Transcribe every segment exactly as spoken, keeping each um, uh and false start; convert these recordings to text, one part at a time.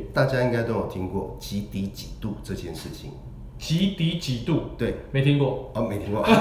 大家应该都有听过几底几度这件事情。 几底几度？ 对， 没听过。 哦，没听过。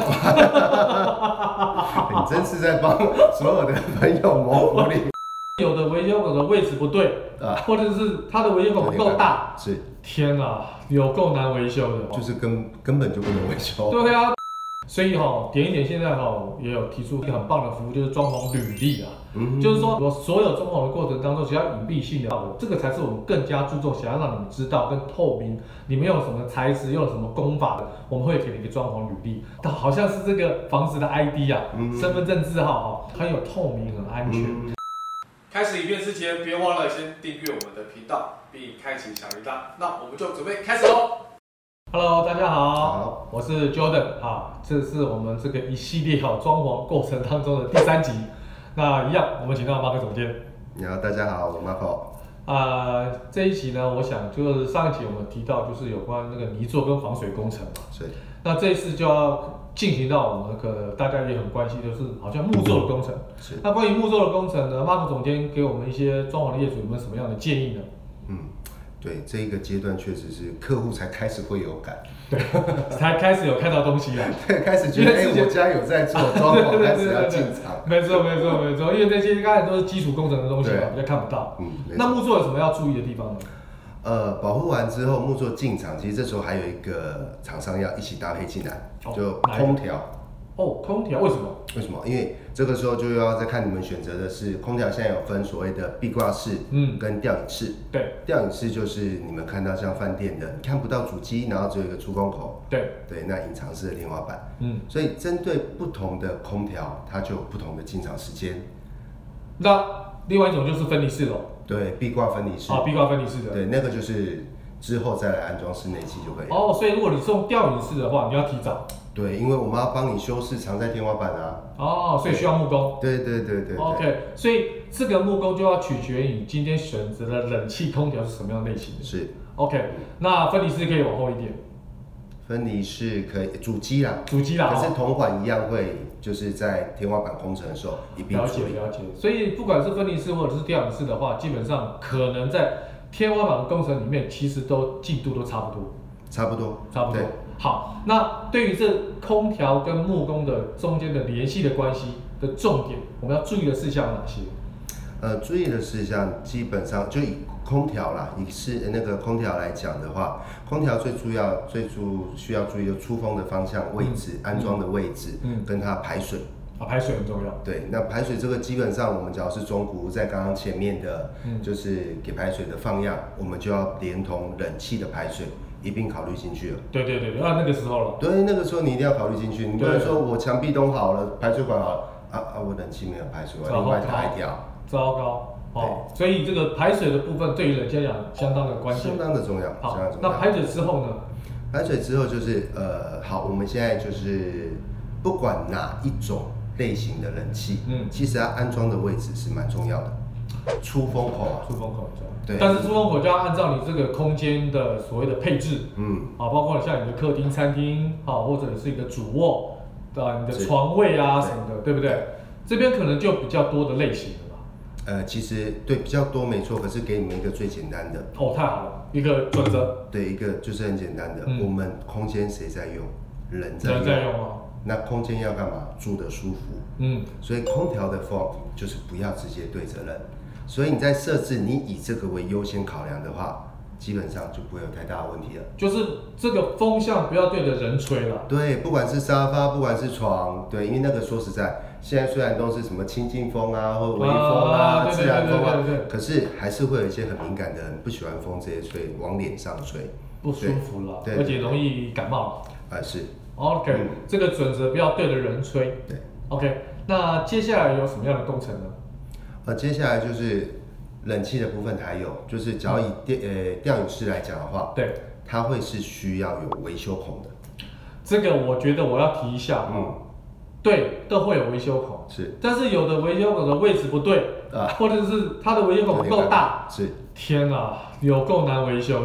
你真是在帮所有的朋友谋福利。 有的维修口的位置不对啊，或者是它的维修口不够大。 是。 天啊，有够难维修的。 就是根根本就不能维修。 对啊。所以哈、哦，点一点现在哈、哦、也有提出一个很棒的服务，就是装潢履历啊。嗯，就是说我所有装潢的过程当中，只要隐蔽性的，这个才是我们更加注重，想要让你们知道跟透明，你们用什么材质，用什么工法的，我们会给你一个装潢履历，好像是这个房子的 I D 啊，嗯、身份证字号哈，很有透明，很安全。嗯、 开始影片之前，别忘了先订阅我们的频道，并开启小铃铛。那我们就准备开始喽。 Hello， 大家好，好我是 Jordan 啊，这是我们这个一系列好装潢过程当中的第三集。那一样，我们请到马克总监。 你好，大家好，我是 Marco。 啊、呃，这一集呢，我想就是上一集我们提到就是有关那个泥作跟防水工程嘛。 是。 那这一次就要进行到我们那个大家也很关心，就是好像木作的工程。 是。 那关于木作的工程呢，马克总监给我们一些装潢的业主有没有什么样的建议呢？ 嗯。对，这一个阶段确实是客户才开始会有感， 对，才开始有看到东西了， 对，开始觉得哎、欸，我家有在做装潢，开始要进场。 没错，没错，没错，因为这些刚才都是基础工程的东西嘛，比较看不到。嗯，那木作有什么要注意的地方呢？ 呃，保护完之后，木作进场，其实这时候还有一个厂商要一起搭配进来，哦、就空调。 哦，空调为什么？ 为什么？因为这个时候就要再看你们选择的是空调，现在有分所谓的壁挂式，嗯，跟吊顶式。对，吊顶式就是你们看到像饭店的，看不到主机，然后只有一个出风口。对，对，那隐藏式的天花板。嗯，所以针对不同的空调，它就有不同的进场时间。 那另外一种就是分离式咯。 对，壁挂分离式。 啊，壁挂分离式的。 对，那个就是之后再来安装室内机就可以了。 哦，所以如果你是用吊顶式的话，你要提早。 对，因为我们要帮你修饰藏在天花板啊。 哦，所以需要木工。 对对对 对, 对。 OK， 所以这个木工就要取决于你今天选择的冷气空调是什么样类型的。 是。 OK， 那分离式可以往后一点。 分离式可以主机啦， 主机啦。 可是铜管一样会就是在天花板工程的时候一并处理。 了解了解。所以不管是分离式或者是吊顶式的话，基本上可能在天花板工程里面，其实都进度都差不多。 差不多。 差不多。好，那对于这空调跟木工的中间的联系的关系的重点，我们要注意的事项有哪些？ 呃，注意的事项基本上就以空调啦，以是那个空调来讲的话，空调最主要、最主需要注意的出风的方向、位置、嗯、安装的位置，嗯，跟它排水。 啊，排水很重要。 对，那排水这个基本上我们只要是中古，在刚刚前面的，嗯，就是给排水的放样，我们就要连同冷气的排水。一并考虑进去了。 对对对，那那个时候了。 对，那个时候你一定要考虑进去，你不能说我墙壁都好了，排水管好了，啊啊，我冷气没有排水管，另外打一条。 糟糕。哦，所以这个排水的部分对于冷气来讲相当的关键， 相当的重要。 好，那排水之后呢？ 排水之后就是呃，好，我们现在就是不管哪一种类型的冷气，嗯，其实它安装的位置是蛮重要的。出风口啊， 出风口对，但是出风口就要按照你这个空间的所谓的配置，嗯，啊，包括像你的客厅、餐厅，好，或者是一个主卧，啊，你的床位啊什么的，对不对？这边可能就比较多的类型了吧？ 呃，其实对比较多没错，可是给你们一个最简单的。 哦，太好了，一个准则。 对，一个就是很简单的，嗯、我们空间谁在用？人在用。 人在用啊。 那空间要干嘛？住得舒服。嗯，所以空调的风就是不要直接对着人。所以你在设置，你以这个为优先考量的话，基本上就不会有太大的问题了。 就是这个风向不要对着人吹了。 对，不管是沙发，不管是床，对，因为那个说实在，现在虽然都是什么清净风啊，或微风啊、自然风啊，可是还是会有一些很敏感的人不喜欢风直接吹，往脸上吹， 不舒服了，而且容易感冒。 啊，是。 OK，、嗯、这个准则不要对着人吹。 对。 OK， 那接下来有什么样的工程呢？ 呃，接下来就是冷气的部分，还有就是只要以吊呃吊顶式来讲的话，对，它会是需要有维修孔的。 这个我觉得我要提一下，嗯，对，都会有维修孔，是，但是有的维修孔的位置不对啊，或者是它的维修孔不够大，是，天啊，有够难维修的。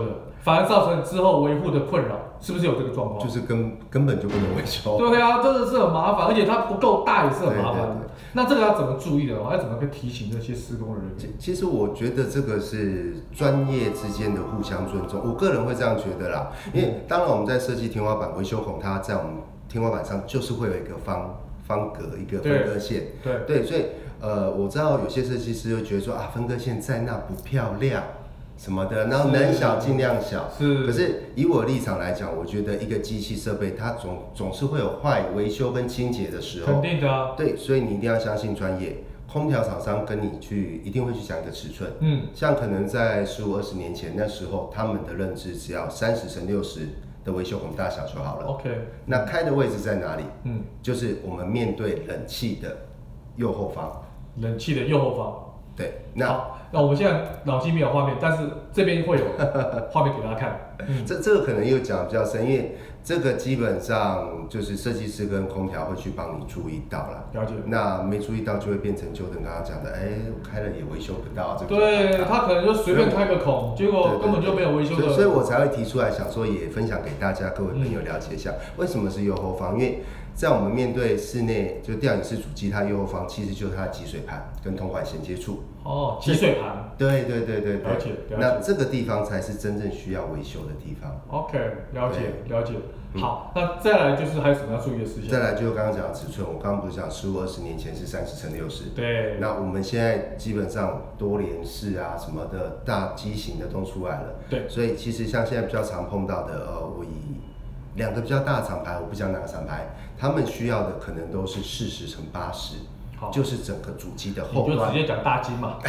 反而造成之后维护的困扰，是不是有这个状况？ 就是根根本就不能维修。 对啊，真的是很麻烦，而且它不够大也是很麻烦的。那这个要怎么注意的？要怎么去提醒这些施工人员？ 其实我觉得这个是专业之间的互相尊重，我个人会这样觉得啦。因为当然我们在设计天花板维修孔，它在我们天花板上就是会有一个方方格一个分割线。 对对, 对，所以呃，我知道有些设计师会觉得说啊，分割线在那不漂亮。什么的，然后能小尽量小。 是。 可是以我的立场来讲，我觉得一个机器设备它总总是会有坏、维修跟清洁的时候。 肯定的啊。 对，所以你一定要相信专业。空调厂商跟你去一定会去讲一个尺寸。 嗯。 像可能在十五二十年前那时候，他们的认知只要三十乘六十的维修孔大小就好了。 OK。 那开的位置在哪里？ 嗯。 就是我们面对冷气的右后方。 冷气的右后方。 对，那好，那我们现在脑机没有画面，但是这边会有画面给大家看。 嗯、这这个可能又讲比较深，因为这个基本上就是设计师跟空调会去帮你注意到了。 了解。 那没注意到就会变成就跟刚刚讲的，哎，我开了也维修不到。这个、 对，他可能就随便开个孔，结果根本就没有维修的。 所以，所以我才会提出来，想说也分享给大家各位朋友了解一下，嗯、为什么是右后方，因为。在我们面对室内就吊顶式主机，它右后方其实就是它的集水盘跟铜管衔接处。 哦，集水盘。 对对对对对。 了解了解。 那这个地方才是真正需要维修的地方。 OK， 了解了解。好，那再来就是还有什么要注意的事情？ 再来就刚刚讲的尺寸，我刚刚不是讲十五二十年前是三十乘六十。 对。 那我们现在基本上多联式啊什么的大机型的都出来了。 对。 所以其实像现在比较常碰到的，呃，我以两个比较大的厂牌，我不讲哪个厂牌，他们需要的可能都是四十乘八十，就是整个主机的后端。 你就直接讲大金嘛。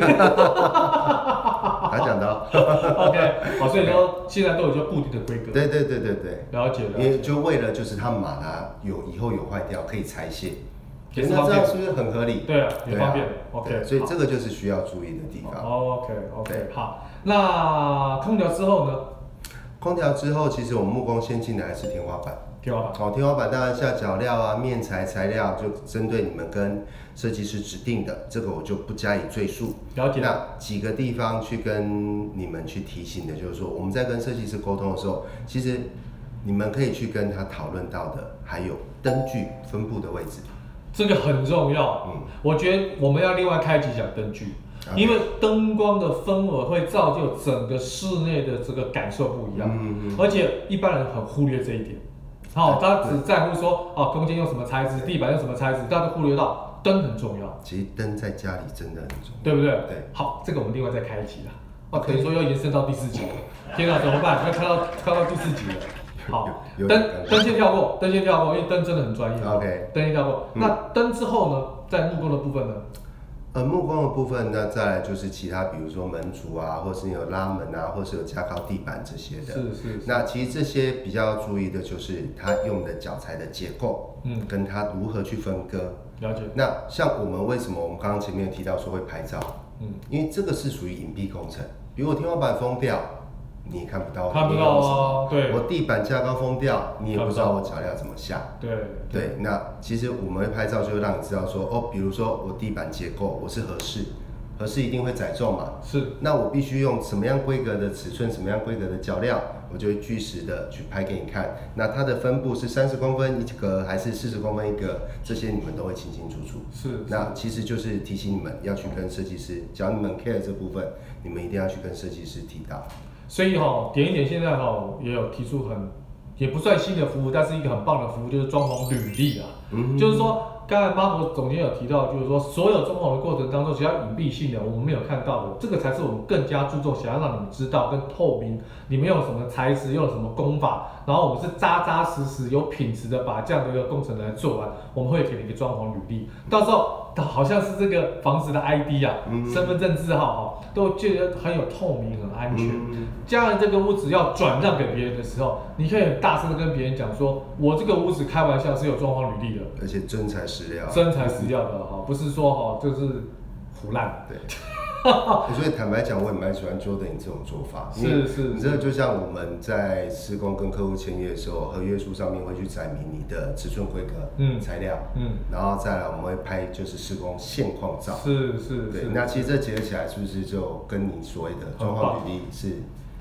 他讲到。 OK， 好，所以说现在都有一个固定的规格。 对对对对对。 了解了。 因为就为了就是他们把它有以后有坏掉可以拆卸， 那这样是不是很合理？ 对啊，也方便。OK， 所以这个就是需要注意的地方。 OK OK， 好，那空调之后呢？ 空调之后，其实我们木工先进来是天花板。 天花板。 哦，天花板当然下脚料啊、面材材料，就针对你们跟设计师指定的，这个我就不加以赘述。 了解。 那几个地方去跟你们去提醒的，就是说我们在跟设计师沟通的时候，其实你们可以去跟他讨论到的，还有灯具分布的位置。 这个很重要。嗯，我觉得我们要另外开几讲灯具。因为灯光的氛围会造就整个室内的这个感受不一样，嗯嗯，而且一般人很忽略这一点，好、哦，他只在乎说哦，空间用什么材质，地板用什么材质，但是忽略到灯很重要。 其实灯在家里真的很重要， 对不对？ 对。 好，这个我们另外再开一集啦。哦，等于说要延伸到第四集了。天哪，怎么办？要看到看到第四集了。好，灯灯先跳过，灯先跳过，因为灯真的很专业。 OK， 灯先跳过。嗯、那灯之后呢，在木工的部分呢？ 呃，木工的部分，那再来就是其他，比如说门柱啊，或是有拉门啊，或是有加高地板这些的。 是 是, 是。 那其实这些比较要注意的就是它用的脚材的结构，嗯，跟它如何去分割。 了解。 那像我们为什么我们刚刚前面有提到说会拍照，嗯，因为这个是属于隐蔽工程，比如我天花板封掉，你也看不到， 看不到啊，对。 我地板加高封掉，你也不知道我脚料怎么下。 对。 对，那其实我们会拍照，就会让你知道说，哦，比如说我地板结构我是合适，合适一定会载重嘛。 是。那我必须用什么样规格的尺寸，什么样规格的脚料，我就会据实的去拍给你看。那它的分布是三十公分一格还是四十公分一格，这些你们都会清清楚楚。 是。 那其实就是提醒你们要去跟设计师，只要你们 care 这部分，你们一定要去跟设计师提到。 所以哈、哦，点一点现在哈、哦、也有提出很，也不算新的服务，但是一个很棒的服务，就是装潢履历啊。嗯。就是说，刚才马博总监有提到，就是说所有装潢的过程当中，只要隐蔽性的，我们没有看到的，这个才是我们更加注重，想要让你们知道跟透明，你们用什么材质，用什么工法，然后我们是扎扎实实、有品质的把这样的一个工程来做完，我们会给你一个装潢履历，到时候。好像是这个房子的 I D 啊，嗯、身份证字号哈，都觉得很有透明、很安全。嗯、将来这个屋子要转让给别人的时候，你可以很大声的跟别人讲说，我这个屋子开玩笑是有装潢履历的， 而且真材实料， 真材实料的哈，不是说哈就是胡乱。 对。所以坦白讲，我也蛮喜欢 Jordan 这种做法。 是是， 你这个就像我们在施工跟客户签约的时候，合约书上面会去载明你的尺寸规格、嗯，材料，嗯，然后再来我们会拍就是施工现况照。 是是， 对。那其实这结合起来，是不是就跟你所谓的装潢履历是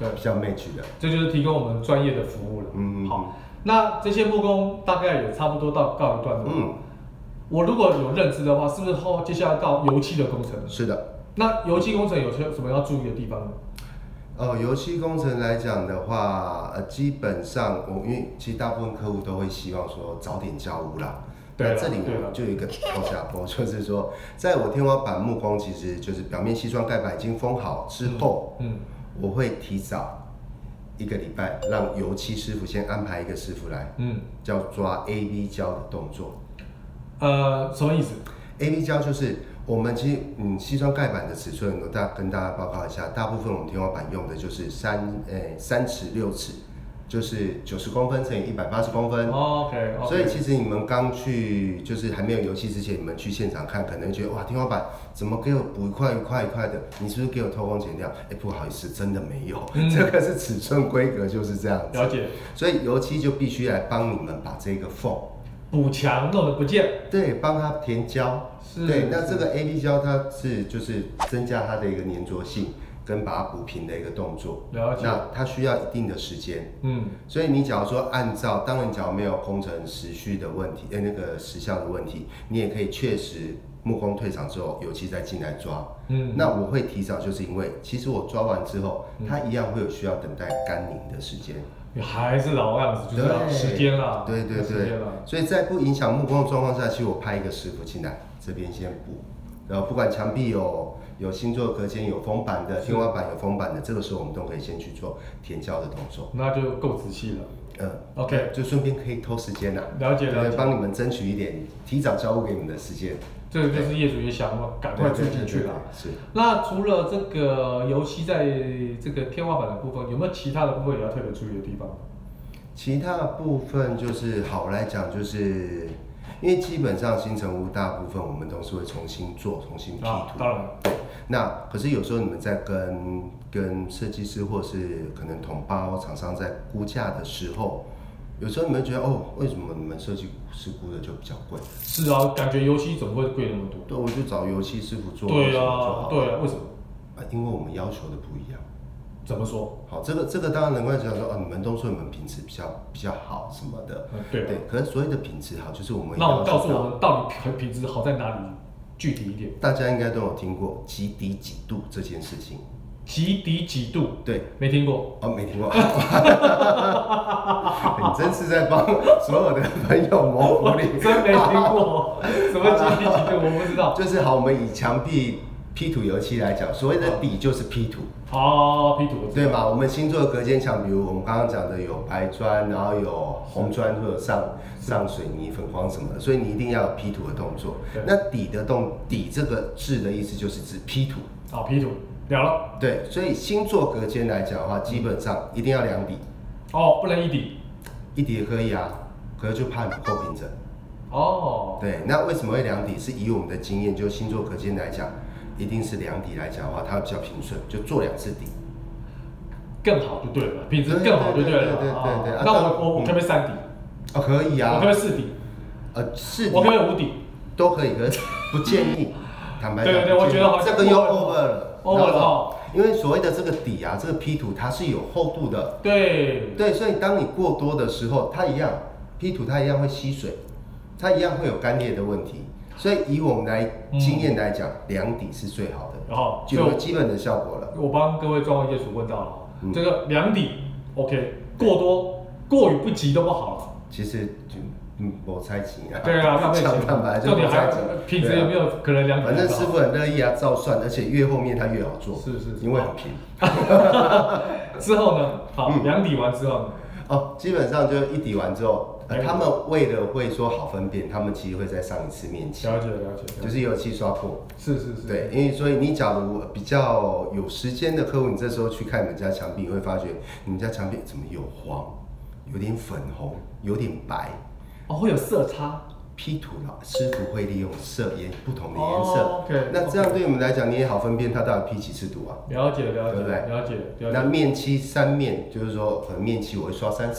对， 比较 match 的。 这就是提供我们专业的服务了。嗯，好，那这些木工大概也差不多到告一段落。嗯，我如果有认知的话，是不是后接下来到油漆的工程？ 是的。 那油漆工程有些什么要注意的地方呢？ 哦，油漆工程来讲的话，呃，基本上我因为其实大部分客户都会希望说早点交屋啦。那这里我就有一个高下坡，就是说，在我天花板木工其实就是表面细砖盖板已经封好之后，嗯，嗯我会提早一个礼拜让油漆师傅先安排一个师傅来，嗯，叫抓 A B 胶的动作。 呃，什么意思 ？A B 胶就是我们其实嗯细砖盖板的尺寸，我大跟大家报告一下，大部分我们天花板用的就是三诶三尺六尺。就是九十公分乘以一百八十公分。 哦 OK， 所以其实你们刚去，就是还没有油漆之前，你们去现场看，可能觉得哇，天花板怎么给我补一块一块一块的？你是不是给我偷工减料？哎，不好意思，真的没有，嗯、这个是尺寸规格就是这样子。 了解。 所以油漆就必须来帮你们把这个缝补强，弄得不见。 对，帮它填胶。是。对，那这个 A B 胶它是就是增加它的一个粘着性。跟把它补平的一个动作， 了解。 那它需要一定的时间，嗯，所以你假如说按照，当然假如没有工程时序的问题，哎，那个时效的问题，你也可以确实木工退场之后，油漆再进来抓，嗯，那我会提早，就是因为其实我抓完之后，嗯、它一样会有需要等待干凝的时间， 还是老样子，就是要时间啦， 对对对，所以在不影响木工的状况下，其实我派一个师傅进来，这边先补，然后不管墙壁有。有新做隔间有封板的，天花板有封板的，这个时候我们都可以先去做填胶的动作， 那就够仔细了。 嗯 ，OK， 就顺便可以偷时间啦， 了解了解， 帮你们争取一点提早交屋给你们的时间。 这个就是业主也想赶快住进去了。 是。 那除了这个油漆在这个天花板的部分，有没有其他的部分也要特别注意的地方？ 其他的部分就是好来讲就是。因为基本上新成屋大部分我们都是会重新做、重新 P 图，啊、 当然。 那可是有时候你们在跟跟设计师或是可能统包厂商在估价的时候，有时候你们觉得哦，为什么你们设计师估的就比较贵？ 是啊，感觉油漆怎么会贵那么多？ 对，我就找油漆师傅做。 对啊，对啊，为什么？ 啊，因为我们要求的不一样。 怎么说？ 好，这个这个当然能够讲说，哦，你们都说你们品质比较比较好什么的， 嗯、对对。可是所谓的品质好，就是我们那我告诉我们到底品质好在哪里？具体一点。 大家应该都有听过几底几度这件事情。 几底几度？ 对， 没听过。 哦，没听过。你真是在帮所有的朋友谋福利。 真没听过，什么几底几度我不知道。 就是好，我们以墙壁P 图油漆来讲，所谓的底就是 P 图。 哦 ，P 图对嘛？我们新做的隔间墙，比如我们刚刚讲的有白砖，然后有红砖或者上上水泥、粉黄什么的，所以你一定要有 P 图的动作。那底的动底这个字的意思就是指 P 图。 哦 ，P 图了了。 对，所以新做隔间来讲的话，基本上一定要两底。 哦，不能一底。 一底也可以啊，可是就怕你不够平整。 哦。 对，那为什么会两底？是以我们的经验，就新做隔间来讲。一定是两底来讲的话，它会比较平顺，就做两次底， 更好就对了，品质更好就对了。 对对对对。 那我我我可不可以三底？ 哦，可以啊。 我可不可以四底？ 呃，四底。 我可不可以五底？ 都可以，可是不建议。坦白讲，对对对，我觉得好像这个又 over 了。 over 了。 因为所谓的这个底啊，这个 P 图它是有厚度的。 对。 对，所以当你过多的时候，它一样 P 图它一样会吸水，它一样会有干裂的问题。所以以我们来经验来讲，两、嗯、底是最好的，然后就有基本的效果了。 我帮各位装潢业主问到了，嗯、这个两底 OK， 过多过于不及都不好了。 其实就嗯，我猜忌啊。 对啊，那没讲坦白就重点还品质有没有可能两底？ 反正师傅很乐意啊，照算，而且越后面他越好做， 是是， 因为很平。 之后呢？好，两、嗯、底完之后呢？ 哦，基本上就一底完之后。呃、他们为了会说好分辨，他们其实会再上一次面漆， 了解了解， 就是油漆刷过。 是是是， 对，因为所以你假如比较有时间的客户，你这时候去看你们家墙壁，你会发觉你们家墙壁怎么有黄，有点粉红，有点白， 哦，会有色差。 P 图了，师傅会利用色颜不同的颜色。 哦、OK， 那这样对我们来讲，你也好分辨它到底 P 几次度啊？ 了解了解， 对不对？ 了解。 那面漆三面，就是说可能面漆我会刷三次。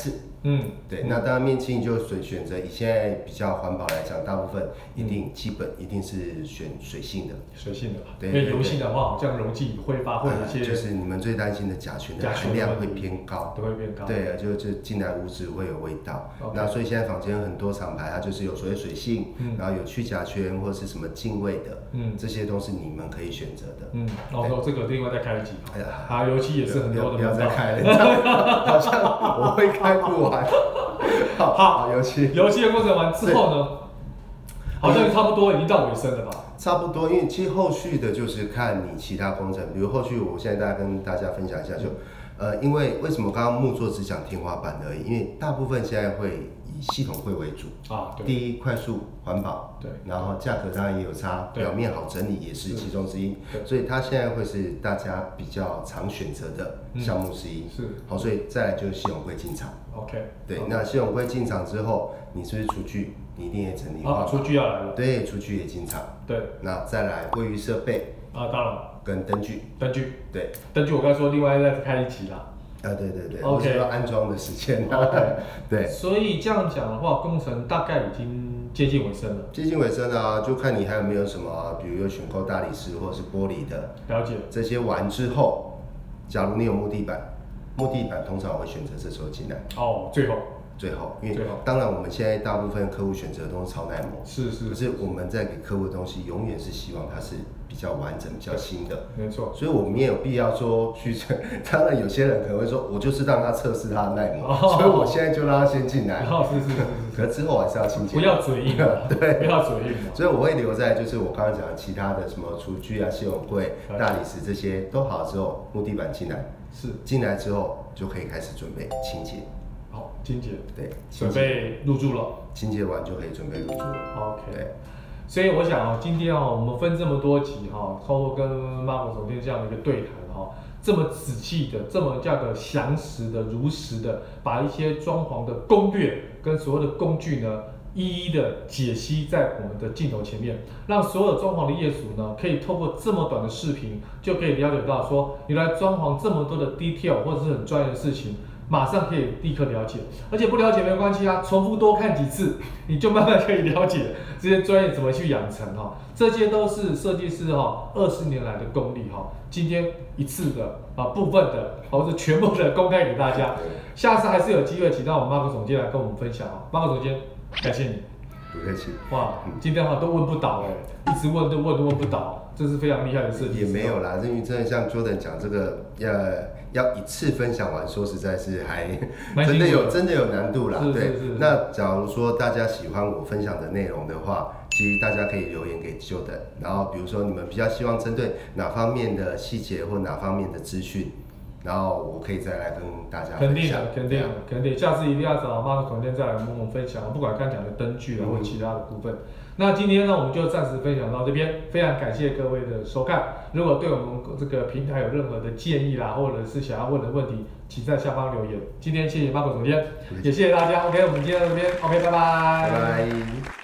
嗯，对。嗯、那当然面镜就选选择以现在比较环保来讲，大部分一定、嗯、基本一定是选水性的。 水性的， 对。 因为油性的话，好像溶剂挥发会有一些、 呃，就是你们最担心的甲醛的含量会偏高， 都会偏高。 对啊，就就进来污质会有味道。Okay. 那所以现在坊间很多厂牌，它就是有所谓水性，嗯、然后有去甲醛或是什么净味的，嗯，这些都是你们可以选择的。 嗯，然后这个另外再开一集。哎呀，啊，油漆也是很多的， 不要再开了，好像我会开不完。好，好，油漆， 油漆的过程完之后呢，好像差不多已经到尾声了吧？ 差不多，因为其实后续的就是看你其他工程，比如后续我现在大家跟大家分享一下，就呃，因为为什么刚刚木作只讲天花板而已？因为大部分现在会以系统柜为主啊，对，第一快速环保，对，然后价格当然也有差，表面好整理也是其中之一，所以它现在会是大家比较常选择的项目之一，是，好，所以再来就是系统柜进场 ，OK， 对，那系统柜进场之后，你是不是厨具？你一定也整理好， 厨具要来了， 对，厨具也进场，对，那再来卫浴设备啊，当然跟灯具， 灯具， 对， 灯具我刚才说另外再开一集啦。 啊，对对对 ，OK， 要安装的时间 ，OK， 对。 所以这样讲的话，工程大概已经接近尾声了。 接近尾声啊，就看你还有没有什么，比如有选购大理石或者是玻璃的， 了解。 这些完之后，假如你有木地板，木地板通常我会选择这时候进来。 哦，最后。 最后，因为当然我们现在大部分客户选择的都是超耐磨， 是是， 可是我们在给客户的东西，永远是希望它是比较完整、比较新的， 没错。 所以我们也有必要说去，当然有些人可能会说，我就是让他测试他的耐磨，哦、所以我现在就让他先进来。 哦，是是是是。 可是之后还是要清洁， 不要嘴硬啊， 对， 不要嘴硬。 所以我会留在就是我刚刚讲的其他的什么厨具啊、系统柜、大理石这些都好之后，木地板进来，是进来之后就可以开始准备清洁。 好，清洁， 对， 准备入住了。 清洁完就可以准备入住了。 OK， 对。所以我想哦，今天哦，我们分这么多集哈，透过跟 Marco 总监这样的一个对谈哈，这么仔细的、这么这样的详实的、如实的，把一些装潢的攻略跟所有的工具呢，一一的解析在我们的镜头前面，让所有装潢的业主呢，可以透过这么短的视频，就可以了解到说，原来装潢这么多的 detail 或者是很专业的事情。马上可以立刻了解，而且不了解没有关系啊，重复多看几次，你就慢慢可以了解这些专业怎么去养成哈。这些都是设计师哈二十年来的功力哈。今天一次的啊部分的，或者全部的公开给大家，下次还是有机会请到我们 Marco 总监来跟我们分享啊。Marco 总监，感谢你。 不客气。 哇，今天哈都问不倒哎，一直问都问都问不倒，这是非常厉害的设计师。 也没有啦，因为真的像 Jordan 讲这个要。要一次分享完，说实在是还真的有真的有难度啦。对，是是是那假如说大家喜欢我分享的内容的话，其实大家可以留言给 Jordan， 然后比如说你们比较希望针对哪方面的细节或哪方面的资讯，然后我可以再来跟大家分享。 肯定的，肯定的，肯定。下次一定要找 Marco 总监再来跟我们分享，不管刚讲的灯具啊或其他的部分。那今天呢，我们就暂时分享到这边，非常感谢各位的收看。如果对我们这个平台有任何的建议啦，或者是想要问的问题，请在下方留言。今天谢谢 Marco 总监，也谢谢大家。OK， 我们今天到这边 ，OK， 拜拜。 拜拜。